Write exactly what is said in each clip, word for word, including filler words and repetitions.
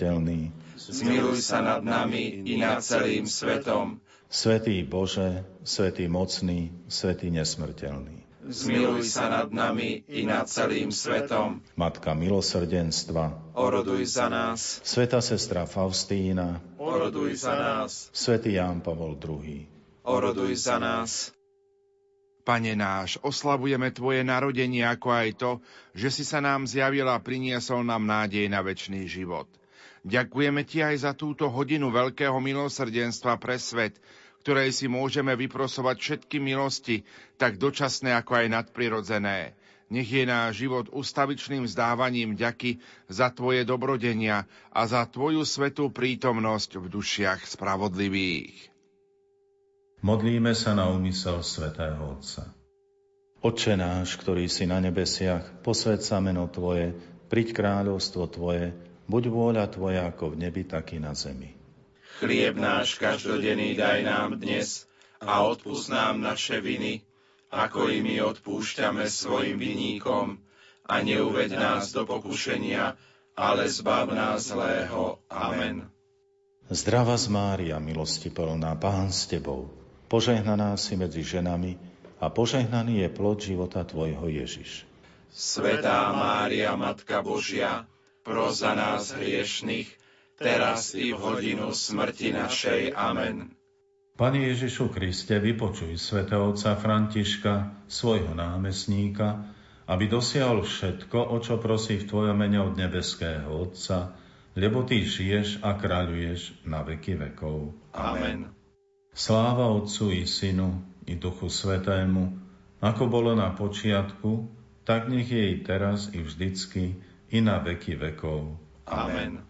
nesmrteľný, zmiluj sa nad nami i nad celým svetom. Svätý Bože, Svätý mocný, Svätý nesmrteľný, zmiluj sa nad nami i nad celým svetom. Matka milosrdenstva, oroduj za nás. Svätá sestra Faustína, oroduj za nás. Svätý Ján Pavol druhý, oroduj za nás. Pane náš, oslavujeme Tvoje narodenie, ako aj to, že si sa nám zjavil a priniesol nám nádej na večný život. Ďakujeme Ti aj za túto hodinu veľkého milosrdenstva pre svet, ktorej si môžeme vyprosovať všetky milosti, tak dočasné ako aj nadprirodzené. Nech je náš život ustavičným vzdávaním vďaky za Tvoje dobrodenia a za Tvoju svätú prítomnosť v dušiach spravodlivých. Modlíme sa na úmysel svätého Otca. Otče náš, ktorý si na nebesiach, posväť sa meno Tvoje, príď kráľovstvo Tvoje, buď vôľa Tvoja ako v nebi, tak i na zemi. Chlieb náš každodenný daj nám dnes a odpusť nám naše viny, ako i my odpúšťame svojim viníkom, a neuveď nás do pokušenia, ale zbav nás zlého. Amen. Zdravá Mária, milosti plná, Pán s Tebou, požehnaná si medzi ženami a požehnaný je plod života Tvojho Ježiš. Svätá Mária, Matka Božia, pros za nás hriešnych, teraz i v hodinu smrti našej. Amen. Pane Ježišu Kriste, vypočuj svätého otca Františka, svojho námestníka, aby dosiahol všetko, o čo prosí v Tvojom mene od nebeského Otca, lebo Ty žiješ a kráľuješ na veky vekov. Amen. Sláva Otcu i Synu i Duchu Svätému, ako bolo na počiatku, tak nech je i teraz i vždycky i na veky vekov. Amen.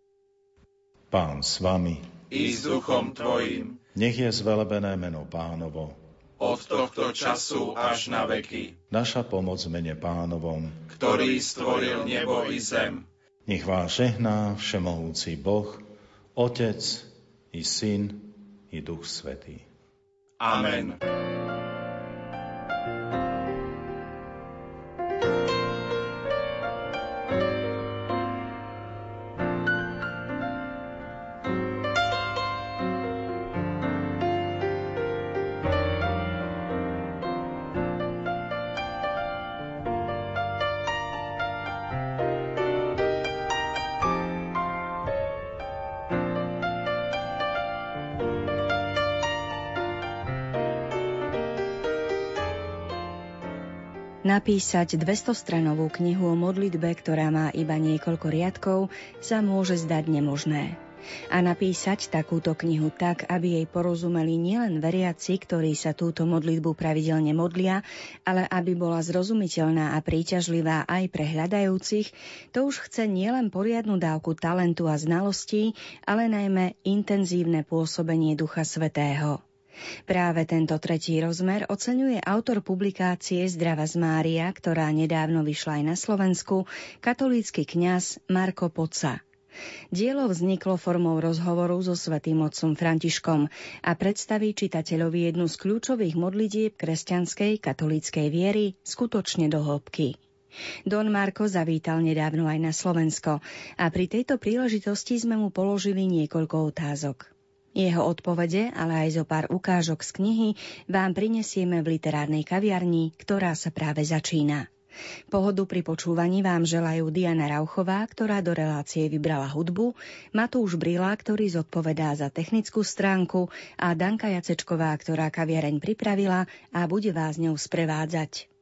Pán s vami. I s duchom tvojim. Nech je zvelebené meno Pánovo. Od tohto času až na veky. Naša pomoc v mene Pánovom, ktorý stvoril nebo i zem. Nech vás žehná všemohúci Boh, Otec i Syn i Duch Svätý. Amen. Napísať dvestostranovú knihu o modlitbe, ktorá má iba niekoľko riadkov, sa môže zdať nemožné. A napísať takúto knihu tak, aby jej porozumeli nielen veriaci, ktorí sa túto modlitbu pravidelne modlia, ale aby bola zrozumiteľná a príťažlivá aj pre hľadajúcich, to už chce nielen poriadnu dávku talentu a znalostí, ale najmä intenzívne pôsobenie Ducha Svätého. Práve tento tretí rozmer oceňuje autor publikácie Zdravá Mária, ktorá nedávno vyšla aj na Slovensku, katolícky kňaz Marko Poca. Dielo vzniklo formou rozhovoru so svätým otcom Františkom a predstaví čitateľovi jednu z kľúčových modlitieb kresťanskej katolíckej viery skutočne do hĺbky. Don Marko zavítal nedávno aj na Slovensko a pri tejto príležitosti sme mu položili niekoľko otázok. Jeho odpovede, ale aj zo pár ukážok z knihy vám prinesieme v literárnej kaviarni, ktorá sa práve začína. Pohodu pri počúvaní vám želajú Diana Rauchová, ktorá do relácie vybrala hudbu, Matúš Brila, ktorý zodpovedá za technickú stránku, a Danka Jacečková, ktorá kaviareň pripravila a bude vás ňou sprevádzať.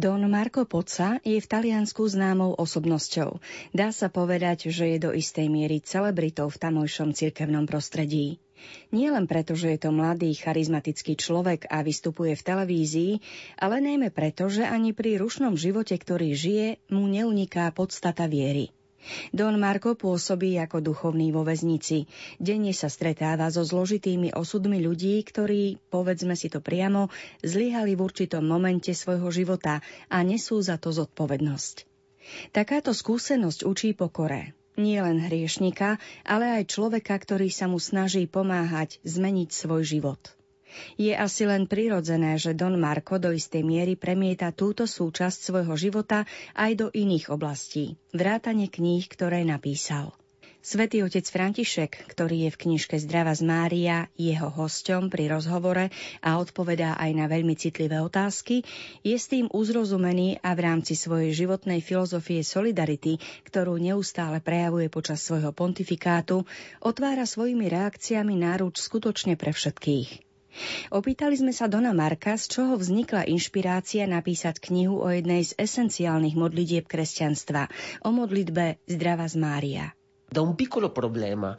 Don Marco Pozza je v Taliansku známou osobnosťou. Dá sa povedať, že je do istej miery celebritou v tamojšom cirkevnom prostredí. Nie len preto, že je to mladý, charizmatický človek a vystupuje v televízii, ale najmä preto, že ani pri rušnom živote, ktorý žije, mu neuniká podstata viery. Don Marco pôsobí ako duchovný vo väznici. Denne sa stretáva so zložitými osudmi ľudí, ktorí, povedzme si to priamo, zlyhali v určitom momente svojho života a nesú za to zodpovednosť. Takáto skúsenosť učí pokore. Nie len hriešnika, ale aj človeka, ktorý sa mu snaží pomáhať zmeniť svoj život. Je asi len prirodzené, že Don Marco do istej miery premieta túto súčasť svojho života aj do iných oblastí, vrátane kníh, ktoré napísal. Svätý otec František, ktorý je v knižke Zdravá z Mária jeho hosťom pri rozhovore a odpovedá aj na veľmi citlivé otázky, je s tým uzrozumený a v rámci svojej životnej filozofie solidarity, ktorú neustále prejavuje počas svojho pontifikátu, otvára svojimi reakciami náruč skutočne pre všetkých. Opýtali sme sa Dona Marka, z čoho vznikla inšpirácia napísať knihu o jednej z esenciálnych modlitieb kresťanstva, o modlitbe Zdravá z Mária. Da un piccolo problema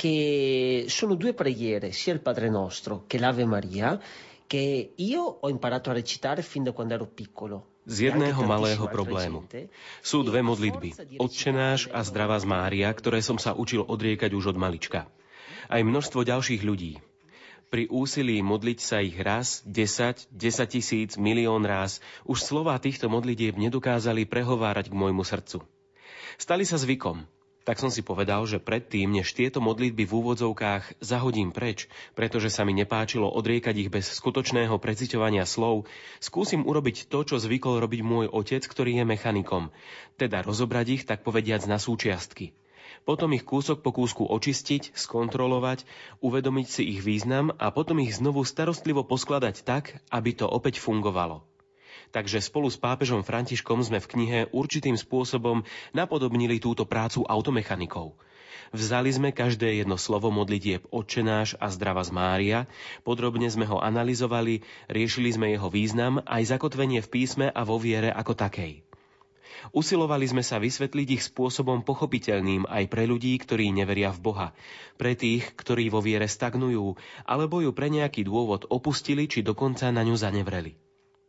che sono due preghiere, sia il Padre Nostro che l'Ave Maria, che io ho imparato a recitare fin da quando ero piccolo. Z jedného malého problému. Sú dve modlitby, Otčenáš a Zdravá z Mária, ktoré som sa učil odriekať už od malička. Aj množstvo ďalších ľudí. Pri úsilí modliť sa ich raz, desať, desaťtisíc, milión raz, už slová týchto modlitieb nedokázali prehovárať k môjmu srdcu. Stali sa zvykom. Tak som si povedal, že predtým, než tieto modlitby v úvodzovkách zahodím preč, pretože sa mi nepáčilo odriekať ich bez skutočného preciťovania slov, skúsim urobiť to, čo zvykol robiť môj otec, ktorý je mechanikom, teda rozobrať ich, tak povediac, na súčiastky. Potom ich kúsok po kúsku očistiť, skontrolovať, uvedomiť si ich význam a potom ich znovu starostlivo poskladať tak, aby to opäť fungovalo. Takže spolu s pápežom Františkom sme v knihe určitým spôsobom napodobnili túto prácu automechanikov. Vzali sme každé jedno slovo modlitieb Otčenáš a Zdravá z Mária, podrobne sme ho analyzovali, riešili sme jeho význam aj zakotvenie v písme a vo viere ako takej. Usilovali sme sa vysvetliť ich spôsobom pochopiteľným aj pre ľudí, ktorí neveria v Boha, pre tých, ktorí vo viere stagnujú, alebo ju pre nejaký dôvod opustili, či dokonca na ňu zanevreli.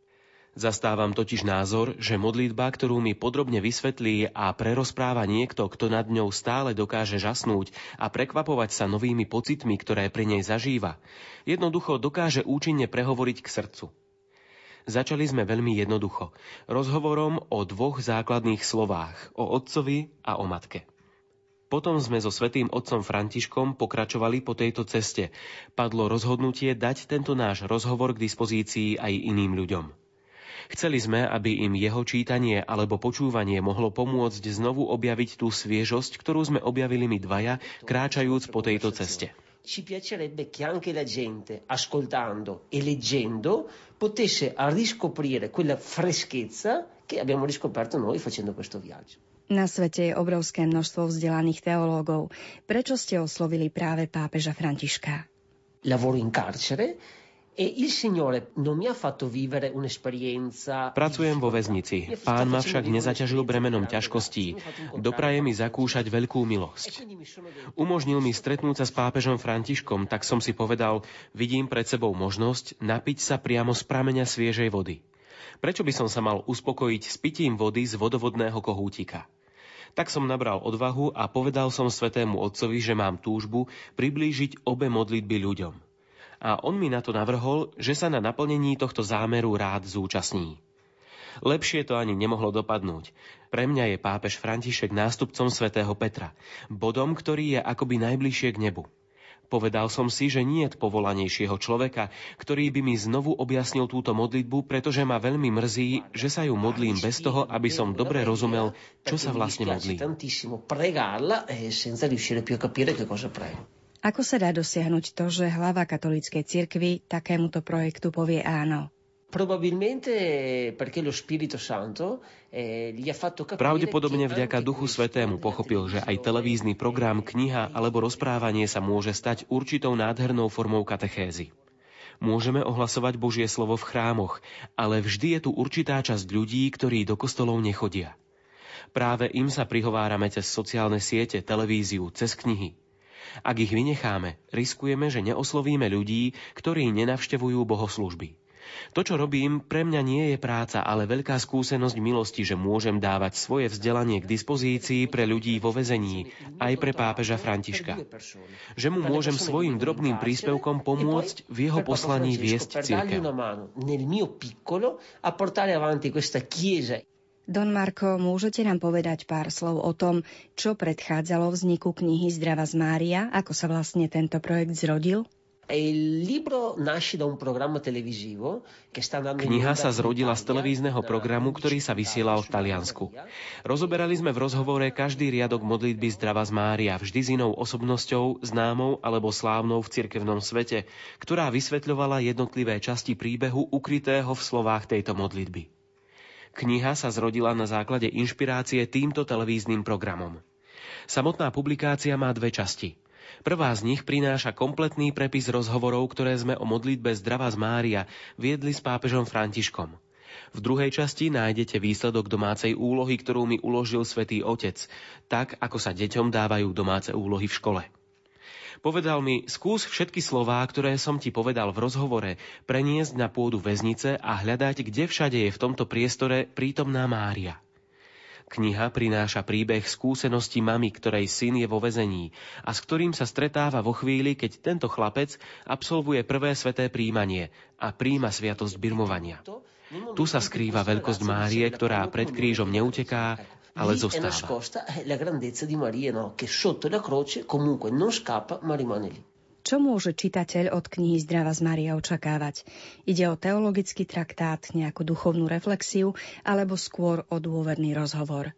Zastávam totiž názor, že modlitba, ktorú mi podrobne vysvetlí a prerozpráva niekto, kto nad ňou stále dokáže žasnúť a prekvapovať sa novými pocitmi, ktoré pri nej zažíva, jednoducho dokáže účinne prehovoriť k srdcu. Začali sme veľmi jednoducho, rozhovorom o dvoch základných slovách, o otcovi a o matke. Potom sme so svätým otcom Františkom pokračovali po tejto ceste. Padlo rozhodnutie dať tento náš rozhovor k dispozícii aj iným ľuďom. Chceli sme, aby im jeho čítanie alebo počúvanie mohlo pomôcť znovu objaviť tú sviežosť, ktorú sme objavili my dvaja, kráčajúc po tejto ceste. Ci piacerebbe che anche la gente, ascoltando e leggendo, potesse riscoprire quella freschezza che abbiamo riscoperto noi facendo questo viaggio. Na svete je obrovské množstvo vzdelaných teológov. Prečo ste oslovili práve pápeža Františka? Lavoro in carcere e il Signore non mi ha fatto vivere un'esperienza. Pracujem vo väznici. Pán ma však nezaťažil bremenom ťažkostí. Dopraje mi zakúšať veľkú milosť. Umožnil mi stretnúť sa s pápežom Františkom, tak som si povedal, vidím pred sebou možnosť napiť sa priamo z prameňa sviežej vody. Prečo by som sa mal uspokojiť s pitím vody z vodovodného kohútika? Tak som nabral odvahu a povedal som svätému otcovi, že mám túžbu priblížiť obe modlitby ľuďom. A on mi na to navrhol, že sa na naplnení tohto zámeru rád zúčastní. Lepšie to ani nemohlo dopadnúť. Pre mňa je pápež František nástupcom svätého Petra, bodom, ktorý je akoby najbližšie k nebu. Povedal som si, že nie je povolanejšieho človeka, ktorý by mi znovu objasnil túto modlitbu, pretože ma veľmi mrzí, že sa ju modlím bez toho, aby som dobre rozumel, čo sa vlastne modlím. Ako sa dá dosiahnuť to, že hlava katolíckej cirkvi takémuto projektu povie áno? Pravdepodobne vďaka Duchu Svätému pochopil, že aj televízny program, kniha alebo rozprávanie sa môže stať určitou nádhernou formou katechézy. Môžeme ohlasovať Božie slovo v chrámoch, ale vždy je tu určitá časť ľudí, ktorí do kostolov nechodia. Práve im sa prihovárame cez sociálne siete, televíziu, cez knihy. Ak ich vynecháme, riskujeme, že neoslovíme ľudí, ktorí nenavštevujú bohoslúžby. To, čo robím, pre mňa nie je práca, ale veľká skúsenosť milosti, že môžem dávať svoje vzdelanie k dispozícii pre ľudí vo väzení, aj pre pápeža Františka. Že mu môžem svojim drobným príspevkom pomôcť v jeho poslaní viesť cirkev. Don Marko, môžete nám povedať pár slov o tom, čo predchádzalo vzniku knihy Zdravá Mária, ako sa vlastne tento projekt zrodil? Kniha sa zrodila z televízneho programu, ktorý sa vysielal v Taliansku. Rozoberali sme v rozhovore každý riadok modlitby Zdravá Mária, vždy s inou osobnosťou, známou alebo slávnou v cirkevnom svete, ktorá vysvetľovala jednotlivé časti príbehu ukrytého v slovách tejto modlitby. Kniha sa zrodila na základe inšpirácie týmto televíznym programom. Samotná publikácia má dve časti. Prvá z nich prináša kompletný prepis rozhovorov, ktoré sme o modlitbe Zdravá Mária viedli s pápežom Františkom. V druhej časti nájdete výsledok domácej úlohy, ktorú mi uložil Svätý Otec, tak ako sa deťom dávajú domáce úlohy v škole. Povedal mi, skús všetky slová, ktoré som ti povedal v rozhovore, preniesť na pôdu väznice a hľadať, kde všade je v tomto priestore prítomná Mária. Kniha prináša príbeh skúsenosti mamy, ktorej syn je vo väzení a s ktorým sa stretáva vo chvíli, keď tento chlapec absolvuje prvé sväté príjmanie a príjma sviatosť birmovania. Tu sa skrýva veľkosť Márie, ktorá pred krížom neuteká, ale zostáva. Čo môže čitateľ od knihy Zdravá Mária očakávať? Ide o teologický traktát, nejakú duchovnú reflexiu, alebo skôr o dôverný rozhovor?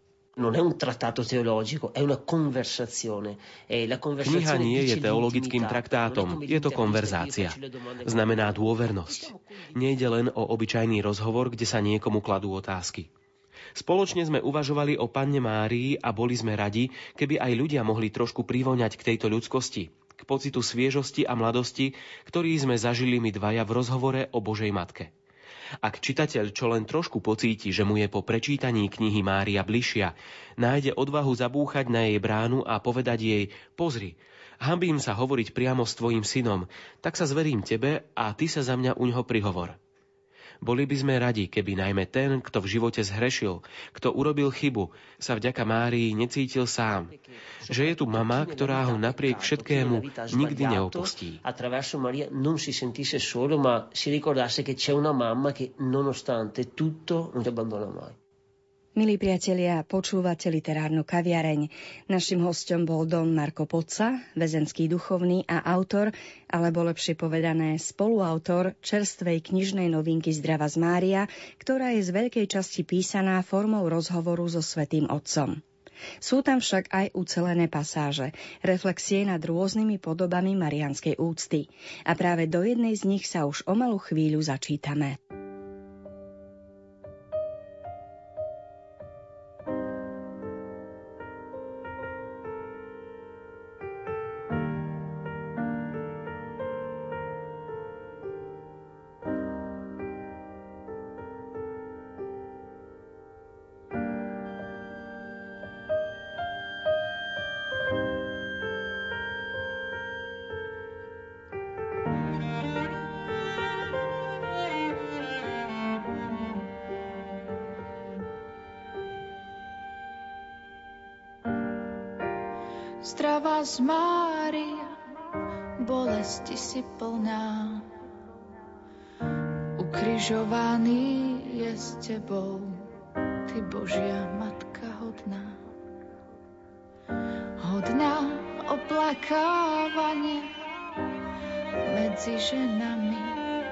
Kniha nie je teologickým traktátom, je to konverzácia. Znamená dôvernosť. Nejde len o obyčajný rozhovor, kde sa niekomu kladú otázky. Spoločne sme uvažovali o Panne Márii a boli sme radi, keby aj ľudia mohli trošku privoňať k tejto ľudskosti, k pocitu sviežosti a mladosti, ktorý sme zažili my dvaja v rozhovore o Božej Matke. Ak čitateľ čo len trošku pocíti, že mu je po prečítaní knihy Mária bližšia, nájde odvahu zabúchať na jej bránu a povedať jej: pozri, hanbím sa hovoriť priamo s tvojim synom, tak sa zverím tebe a ty sa za mňa uňho prihovor. Boli by sme radi, keby najmä ten, kto v živote zhrešil, kto urobil chybu, sa vďaka Márii necítil sám. Že je tu mama, ktorá ho napriek všetkému nikdy neopustí. Attraverso Maria non si sentisse solo, ma si ricordasse che c'è una mamma che nonostante tutto non ti abbandona mai. Milí priatelia, počúvate literárnu kaviareň. Naším hosťom bol Don Marko Pozza, väzenský duchovný a autor, alebo lepšie povedané spoluautor čerstvej knižnej novinky Zdravá Mária, ktorá je z veľkej časti písaná formou rozhovoru so Svätým Otcom. Sú tam však aj ucelené pasáže, reflexie nad rôznymi podobami mariánskej úcty. A práve do jednej z nich sa už o malú chvíľu začítame. Zdravá Mária, bolesti si plná, ukrižovaný je s tebou, ty Božia Matka hodná. Hodná oplakávania medzi ženami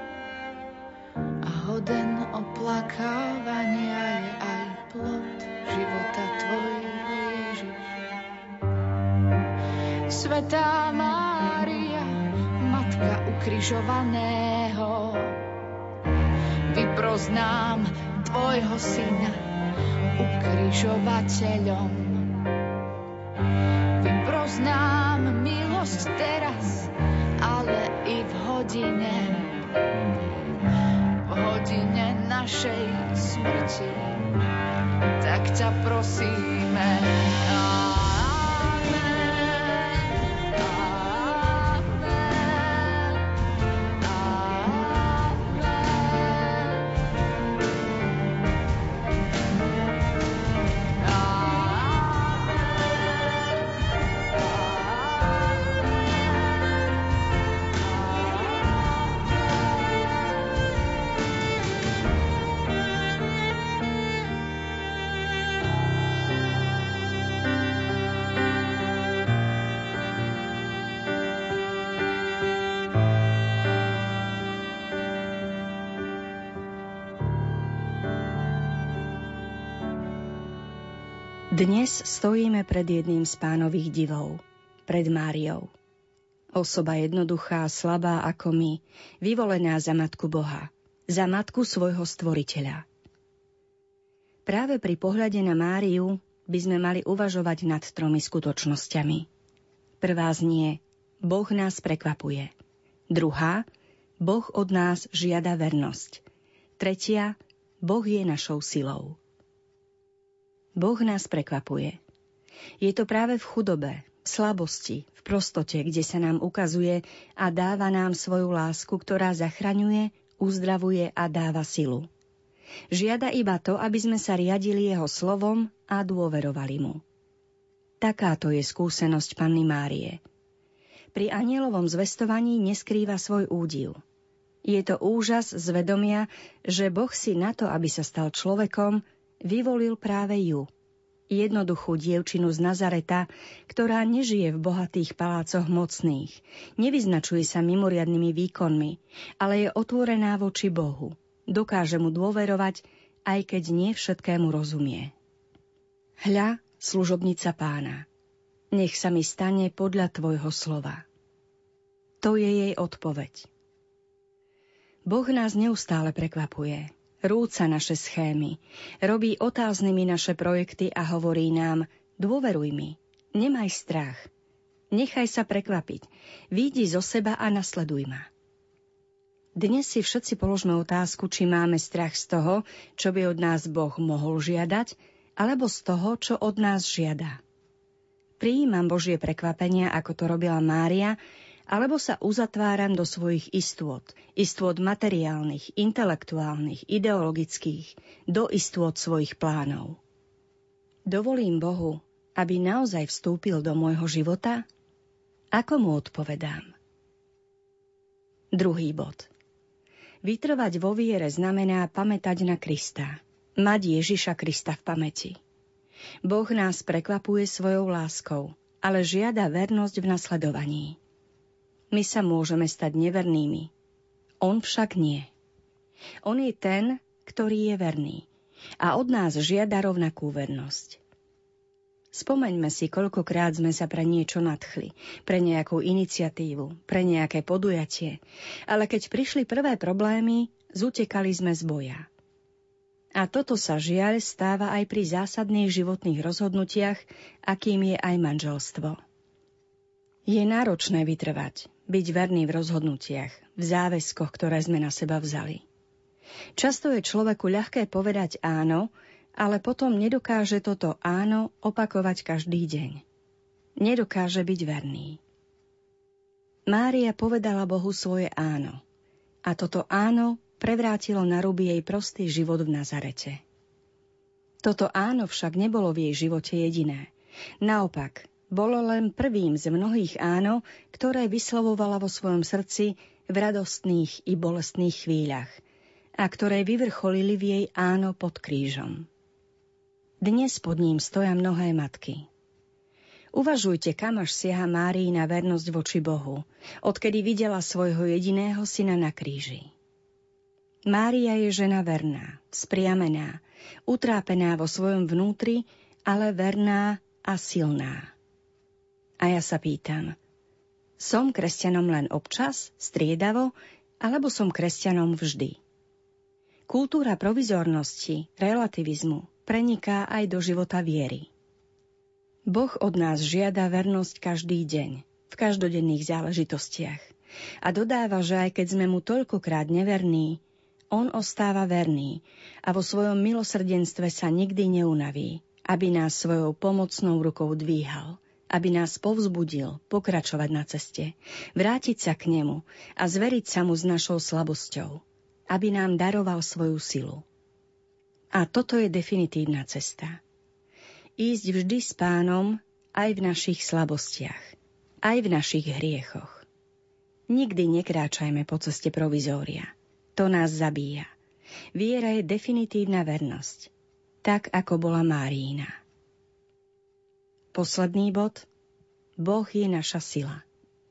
a hoden oplakávania je aj plod života tvojho Ježiš. Svätá Mária, Matka ukrižovaného, vypros nám tvojho syna ukrižovateľom. Vypros nám milosť teraz, ale i v hodine stačí, tak ťa prosíme. Dnes stojíme pred jedným z Pánových divov, pred Máriou. Osoba jednoduchá, slabá ako my, vyvolená za Matku Boha, za Matku svojho Stvoriteľa. Práve pri pohľade na Máriu by sme mali uvažovať nad tromi skutočnosťami. Prvá znie, Boh nás prekvapuje. Druhá, Boh od nás žiada vernosť. Tretia, Boh je našou silou. Boh nás prekvapuje. Je to práve v chudobe, v slabosti, v prostote, kde sa nám ukazuje a dáva nám svoju lásku, ktorá zachraňuje, uzdravuje a dáva silu. Žiada iba to, aby sme sa riadili jeho slovom a dôverovali mu. Takáto je skúsenosť Panny Márie. Pri anjelovom zvestovaní neskrýva svoj údiv. Je to úžas z vedomia, že Boh si na to, aby sa stal človekom, vyvolil práve ju, jednoduchú dievčinu z Nazareta, ktorá nežije v bohatých palácoch mocných, nevyznačuje sa mimoriadnymi výkonmi, ale je otvorená voči Bohu, dokáže mu dôverovať, aj keď nie všetkému rozumie. Hľa, služobnica Pána, nech sa mi stane podľa tvojho slova. To je jej odpoveď. Boh nás neustále prekvapuje. Rúca naše schémy, robí otáznymi naše projekty a hovorí nám, dôveruj mi, nemaj strach, nechaj sa prekvapiť, výjdi zo seba a nasleduj ma. Dnes si všetci položme otázku, či máme strach z toho, čo by od nás Boh mohol žiadať, alebo z toho, čo od nás žiada. Prijímam Božie prekvapenia, ako to robila Mária, alebo sa uzatváram do svojich istôt, istôt materiálnych, intelektuálnych, ideologických, do istôt svojich plánov. Dovolím Bohu, aby naozaj vstúpil do môjho života? Ako mu odpovedám? Druhý bod. Vytrvať vo viere znamená pamätať na Krista, mať Ježiša Krista v pamäti. Boh nás prekvapuje svojou láskou, ale žiada vernosť v nasledovaní. My sa môžeme stať nevernými. On však nie. On je ten, ktorý je verný a od nás žiada rovnakú vernosť. Spomeňme si, koľkokrát sme sa pre niečo nadchli, pre nejakú iniciatívu, pre nejaké podujatie, ale keď prišli prvé problémy, zutekali sme z boja. A toto sa žiaľ stáva aj pri zásadných životných rozhodnutiach, akým je aj manželstvo. Je náročné vytrvať, byť verný v rozhodnutiach, v záväzkoch, ktoré sme na seba vzali. Často je človeku ľahké povedať áno, ale potom nedokáže toto áno opakovať každý deň. Nedokáže byť verný. Mária povedala Bohu svoje áno. A toto áno prevrátilo na ruby jej prostý život v Nazarete. Toto áno však nebolo v jej živote jediné. Naopak, bolo len prvým z mnohých áno, ktoré vyslovovala vo svojom srdci v radostných i bolestných chvíľach a ktoré vyvrcholili v jej áno pod krížom. Dnes pod ním stoja mnohé matky. Uvažujte, kam až siaha Máriina vernosť voči Bohu, odkedy videla svojho jediného syna na kríži. Mária je žena verná, spriamená, utrápená vo svojom vnútri, ale verná a silná. A ja sa pýtam, som kresťanom len občas, striedavo, alebo som kresťanom vždy? Kultúra provizornosti, relativizmu preniká aj do života viery. Boh od nás žiada vernosť každý deň, v každodenných záležitostiach. A dodáva, že aj keď sme mu toľkokrát neverní, On ostáva verný a vo svojom milosrdenstve sa nikdy neunaví, aby nás svojou pomocnou rukou dvíhal, aby nás povzbudil pokračovať na ceste, vrátiť sa k nemu a zveriť sa mu s našou slabosťou, aby nám daroval svoju silu. A toto je definitívna cesta. Ísť vždy s Pánom aj v našich slabostiach, aj v našich hriechoch. Nikdy nekráčajme po ceste provizória. To nás zabíja. Viera je definitívna vernosť, tak ako bola Máriina. Posledný bod. Boh je naša sila.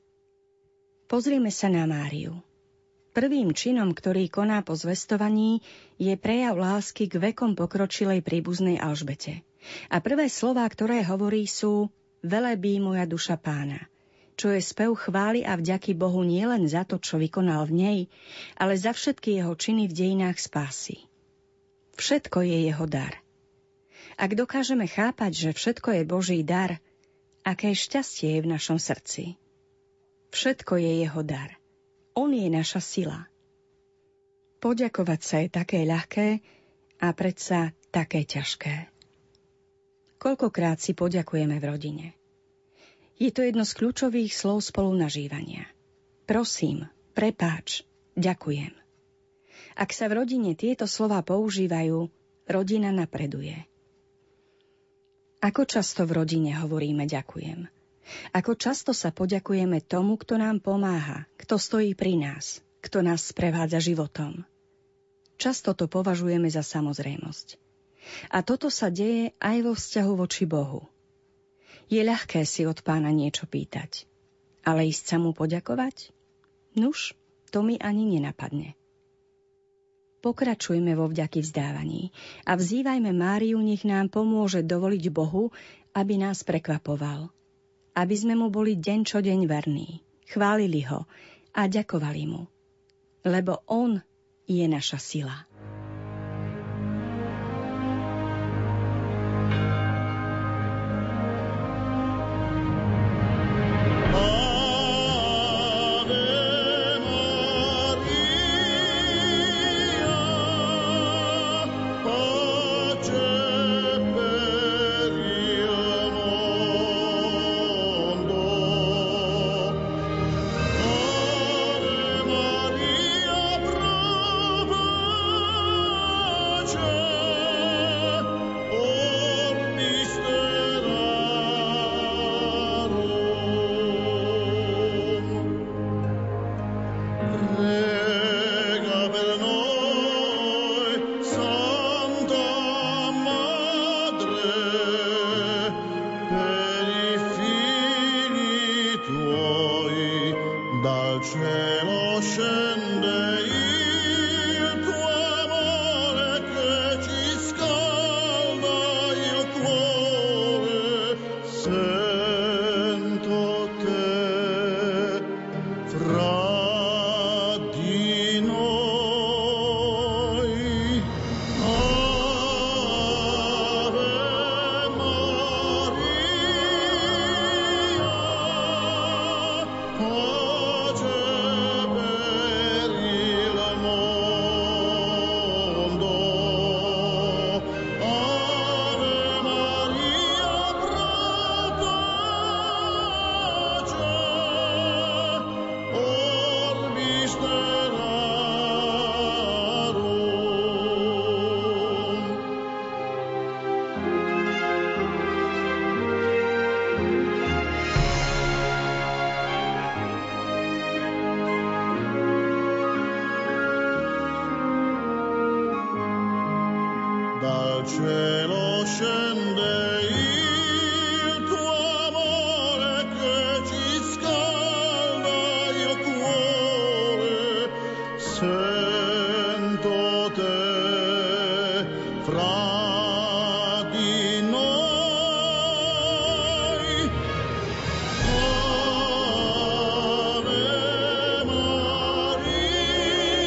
Pozrime sa na Máriu. Prvým činom, ktorý koná po zvestovaní, je prejav lásky k vekom pokročilej príbuznej Alžbete. A prvé slová, ktoré hovorí, sú velebí moja duša Pána, čo je spev chvály a vďaky Bohu nielen za to, čo vykonal v nej, ale za všetky jeho činy v dejinách spásy. Všetko je jeho dar. Ak dokážeme chápať, že všetko je Boží dar, aké šťastie je v našom srdci. Všetko je jeho dar. On je naša sila. Poďakovať sa je také ľahké a predsa také ťažké. Koľkokrát si poďakujeme v rodine? Je to jedno z kľúčových slov spolunažívania. Prosím, prepáč, ďakujem. Ak sa v rodine tieto slová používajú, rodina napreduje. Ako často v rodine hovoríme ďakujem? Ako často sa poďakujeme tomu, kto nám pomáha, kto stojí pri nás, kto nás sprevádza životom? Často to považujeme za samozrejmosť. A toto sa deje aj vo vzťahu voči Bohu. Je ľahké si od Pána niečo pýtať, ale ísť sa mu poďakovať? Nuž, to mi ani nenapadne. Pokračujme vo vďaky vzdávaní a vzývajme Máriu, nech nám pomôže dovoliť Bohu, aby nás prekvapoval. Aby sme mu boli deň čo deň verní, chválili ho a ďakovali mu. Lebo on je naša sila.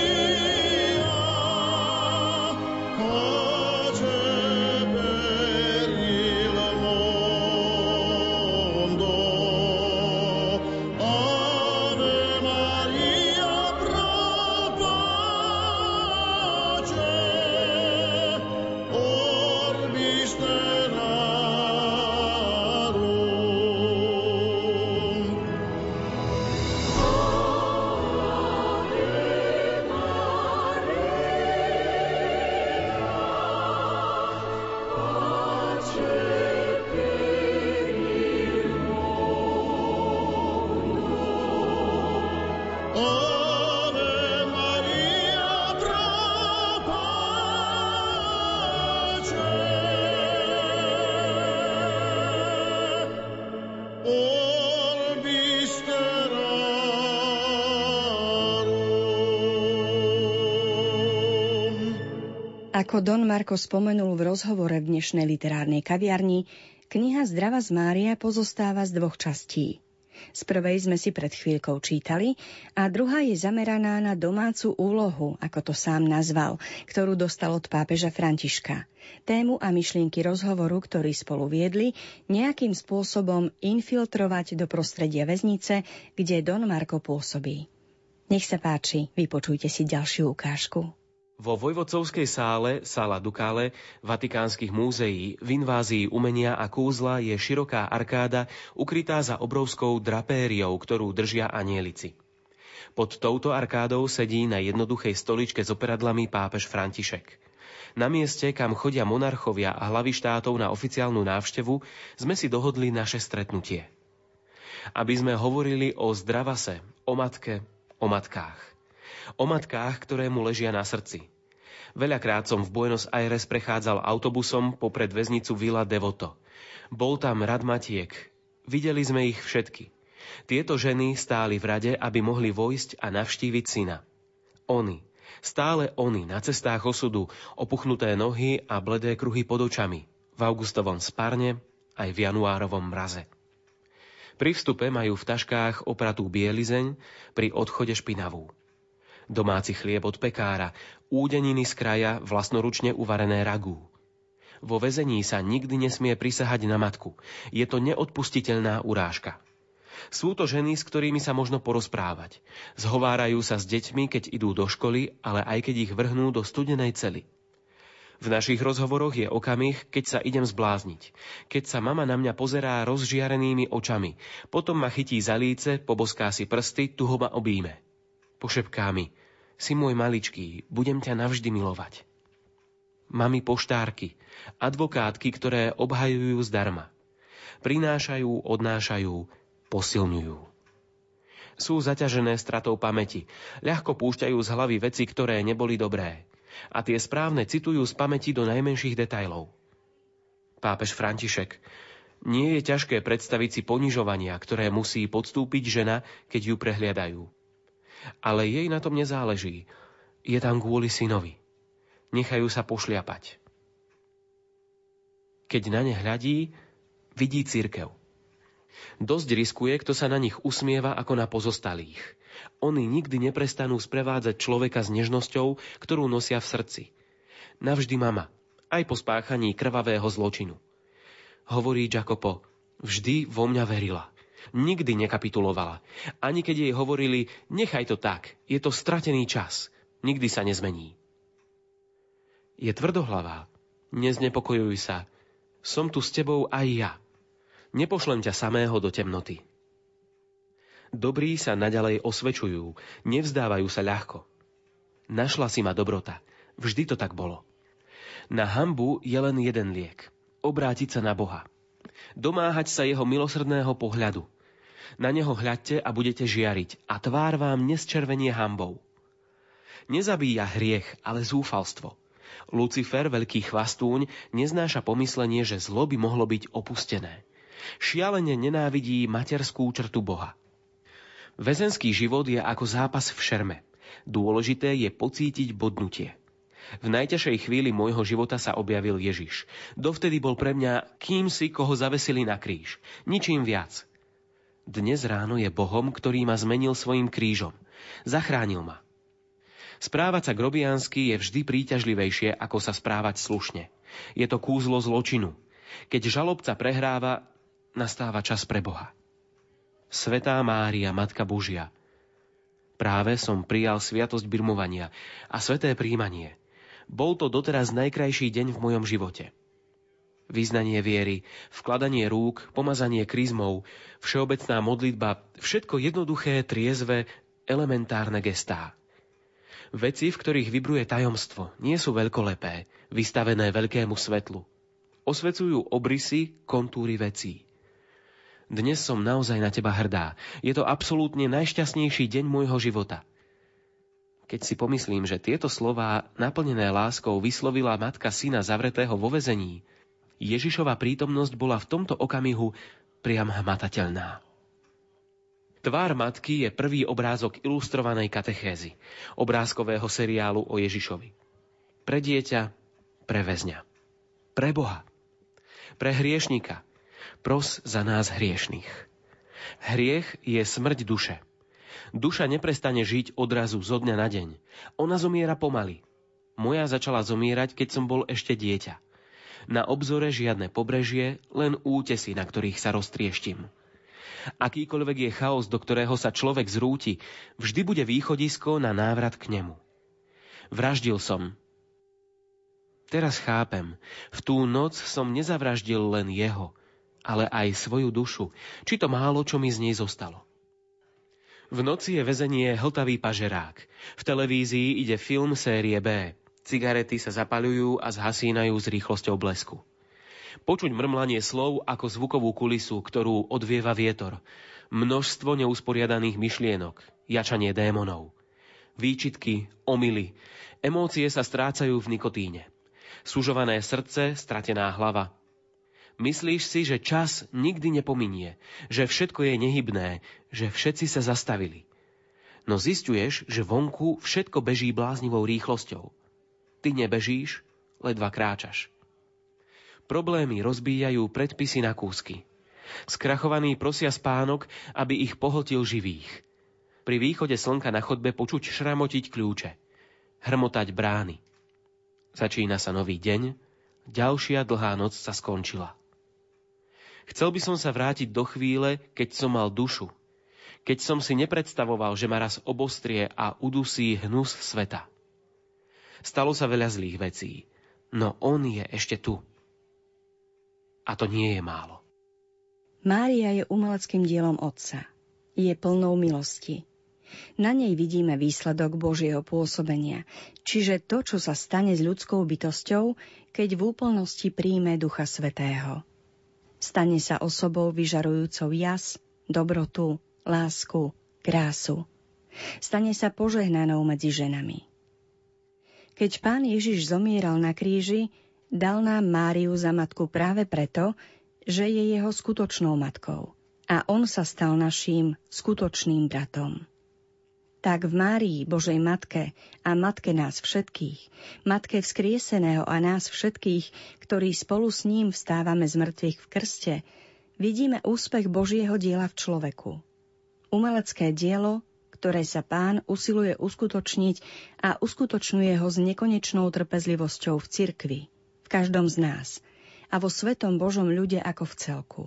Pace per Ako Don Marko spomenul v rozhovore v dnešnej literárnej kaviarni, kniha Zdravá Mária pozostáva z dvoch častí. Z prvej sme si pred chvíľkou čítali a druhá je zameraná na domácu úlohu, ako to sám nazval, ktorú dostal od pápeža Františka. Tému a myšlienky rozhovoru, ktorý spolu viedli, nejakým spôsobom infiltrovať do prostredia väznice, kde Don Marko pôsobí. Nech sa páči, vypočujte si ďalšiu ukážku. Vo vojvodcovskej sále, Sala Ducale, Vatikánskych múzeí, v invázii umenia a kúzla je široká arkáda ukrytá za obrovskou drapériou, ktorú držia anielici. Pod touto arkádou sedí na jednoduchej stoličke s operadlami pápež František. Na mieste, kam chodia monarchovia a hlavy štátov na oficiálnu návštevu, sme si dohodli naše stretnutie. Aby sme hovorili o zdravase, o matke, o matkách. O matkách, ktoré mu ležia na srdci. Veľakrát som v Buenos Aires prechádzal autobusom popred väznicu Villa Devoto. Bol tam rad matiek. Videli sme ich všetky. Tieto ženy stáli v rade, aby mohli vojsť a navštíviť syna. Oni, stále oni, na cestách osudu, opuchnuté nohy a bledé kruhy pod očami, v augustovom spárne aj v januárovom mraze. Pri vstupe majú v taškách opratú bielizeň, pri odchode špinavú. Domáci chlieb od pekára, údeniny z kraja, vlastnoručne uvarené ragú. Vo väzení sa nikdy nesmie prisahať na matku. Je to neodpustiteľná urážka. Sú to ženy, s ktorými sa možno porozprávať. Zhovárajú sa s deťmi, keď idú do školy, ale aj keď ich vrhnú do studenej cely. V našich rozhovoroch je okamih, keď sa idem zblázniť. Keď sa mama na mňa pozerá rozžiarenými očami. Potom ma chytí za líce, poboská si prsty, tuho ma obíme. Pošepká mi: si môj maličký, budem ťa navždy milovať. Mami poštárky, advokátky, ktoré obhajujú zdarma. Prinášajú, odnášajú, posilňujú. Sú zaťažené stratou pamäti, ľahko púšťajú z hlavy veci, ktoré neboli dobré. A tie správne citujú z pamäti do najmenších detailov. Pápež František: nie je ťažké predstaviť si ponižovania, ktoré musí podstúpiť žena, keď ju prehliadajú. Ale jej na tom nezáleží. Je tam kvôli synovi. Nechajú sa pošliapať. Keď na ne hľadí, vidí cirkev. Dosť riskuje, kto sa na nich usmieva ako na pozostalých. Oni nikdy neprestanú sprevádzať človeka s nežnosťou, ktorú nosia v srdci. Navždy mama, aj po spáchaní krvavého zločinu. Hovorí Jacopo: vždy vo mňa verila. Nikdy nekapitulovala. Ani keď jej hovorili: nechaj to tak, je to stratený čas. Nikdy sa nezmení. Je tvrdohlavá. Neznepokojuj sa. Som tu s tebou aj ja. Nepošlem ťa samého do temnoty. Dobrí sa naďalej osvečujú, nevzdávajú sa ľahko. Našla si ma dobrota. Vždy to tak bolo. Na hanbu je len jeden liek. Obrátiť sa na Boha. Domáhať sa jeho milosrdného pohľadu. Na neho hľadte a budete žiariť a tvár vám nesčervenie hanbou. Nezabíja hriech, ale zúfalstvo. Lucifer, veľký chvastúň, neznáša pomyslenie, že zlo by mohlo byť opustené. Šialene nenávidí materskú črtu Boha. Väzenský život je ako zápas v šerme. Dôležité je pocítiť bodnutie. V najťažšej chvíli môjho života sa objavil Ježiš. Dovtedy bol pre mňa kýmsi, koho zavesili na kríž. Ničím viac. Dnes ráno je Bohom, ktorý ma zmenil svojim krížom. Zachránil ma. Správať sa grobiansky je vždy príťažlivejšie, ako sa správať slušne. Je to kúzlo zločinu. Keď žalobca prehráva, nastáva čas pre Boha. Svätá Mária, Matka Božia. Práve som prijal sviatosť birmovania a sväté príjmanie. Bol to doteraz najkrajší deň v mojom živote. Vyznanie viery, vkladanie rúk, pomazanie kryzmou, všeobecná modlitba, všetko jednoduché, triezve, elementárne gestá. Veci, v ktorých vibruje tajomstvo, nie sú veľkolepé, vystavené veľkému svetlu. Osvecujú obrysy, kontúry vecí. Dnes som naozaj na teba hrdá. Je to absolútne najšťastnejší deň môjho života. Keď si pomyslím, že tieto slová, naplnené láskou, vyslovila matka syna zavretého vo väzení, Ježišova prítomnosť bola v tomto okamihu priam hmatateľná. Tvár matky je prvý obrázok ilustrovanej katechézy, obrázkového seriálu o Ježišovi. Pre dieťa, pre väzňa, pre Boha, pre hriešnika. Pros za nás hriešných. Hriech je smrť duše. Duša neprestane žiť odrazu zo dňa na deň. Ona zomiera pomaly. Moja začala zomierať, keď som bol ešte dieťa. Na obzore žiadne pobrežie, len útesy, na ktorých sa roztrieštim. Akýkoľvek je chaos, do ktorého sa človek zrúti, vždy bude východisko na návrat k nemu. Vraždil som. Teraz chápem, v tú noc som nezavraždil len jeho, ale aj svoju dušu, či to málo, čo mi z nej zostalo. V noci je väzenie hltavý pažerák. V televízii ide film série B. Cigarety sa zapaľujú a zhasínajú s rýchlosťou blesku. Počuť mrmlanie slov ako zvukovú kulisu, ktorú odvieva vietor. Množstvo neusporiadaných myšlienok, jačanie démonov. Výčitky, omyly, emócie sa strácajú v nikotíne. Sužované srdce, stratená hlava. Myslíš si, že čas nikdy nepominie, že všetko je nehybné, že všetci sa zastavili. No zisťuješ, že vonku všetko beží bláznivou rýchlosťou. Ty nebežíš, ledva kráčaš. Problémy rozbíjajú predpisy na kúsky. Skrachovaní prosia spánok, aby ich pohltil živých. Pri východe slnka na chodbe počuť šramotiť kľúče. Hrmotať brány. Začína sa nový deň, ďalšia dlhá noc sa skončila. Chcel by som sa vrátiť do chvíle, keď som mal dušu. Keď som si nepredstavoval, že ma raz obostrie a udusí hnus sveta. Stalo sa veľa zlých vecí, no on je ešte tu. A to nie je málo. Mária je umeleckým dielom Otca. Je plnou milosti. Na nej vidíme výsledok Božieho pôsobenia, čiže to, čo sa stane s ľudskou bytosťou, keď v úplnosti príjme Ducha Svätého. Stane sa osobou vyžarujúcou jas, dobrotu, lásku, krásu. Stane sa požehnanou medzi ženami. Keď Pán Ježiš zomieral na kríži, dal nám Máriu za matku práve preto, že je jeho skutočnou matkou a on sa stal naším skutočným bratom. Tak v Márii, Božej Matke a Matke nás všetkých, Matke vzkrieseného a nás všetkých, ktorí spolu s ním vstávame z mŕtvych v krste, vidíme úspech Božieho diela v človeku. Umelecké dielo, ktoré sa Pán usiluje uskutočniť a uskutočňuje ho s nekonečnou trpezlivosťou v cirkvi, v každom z nás a vo svetom Božom ľude ako v celku.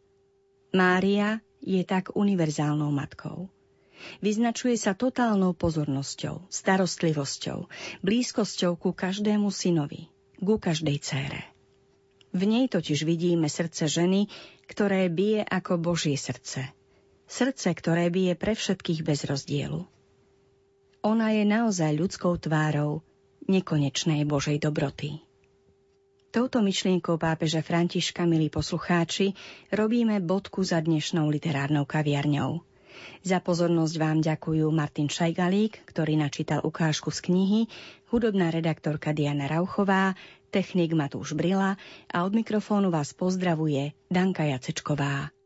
Mária je tak univerzálnou matkou. Vyznačuje sa totálnou pozornosťou, starostlivosťou, blízkosťou ku každému synovi, ku každej dcére. V nej totiž vidíme srdce ženy, ktoré bije ako Božie srdce. Srdce, ktoré bije pre všetkých bez rozdielu. Ona je naozaj ľudskou tvárou nekonečnej Božej dobroty. Touto myšlienkou pápeža Františka, milí poslucháči, robíme bodku za dnešnou literárnou kaviarňou. Za pozornosť vám ďakujú Martin Šajgalík, ktorý načítal ukážku z knihy, hudobná redaktorka Diana Rauchová, technik Matúš Brila a od mikrofónu vás pozdravuje Danka Jacečková.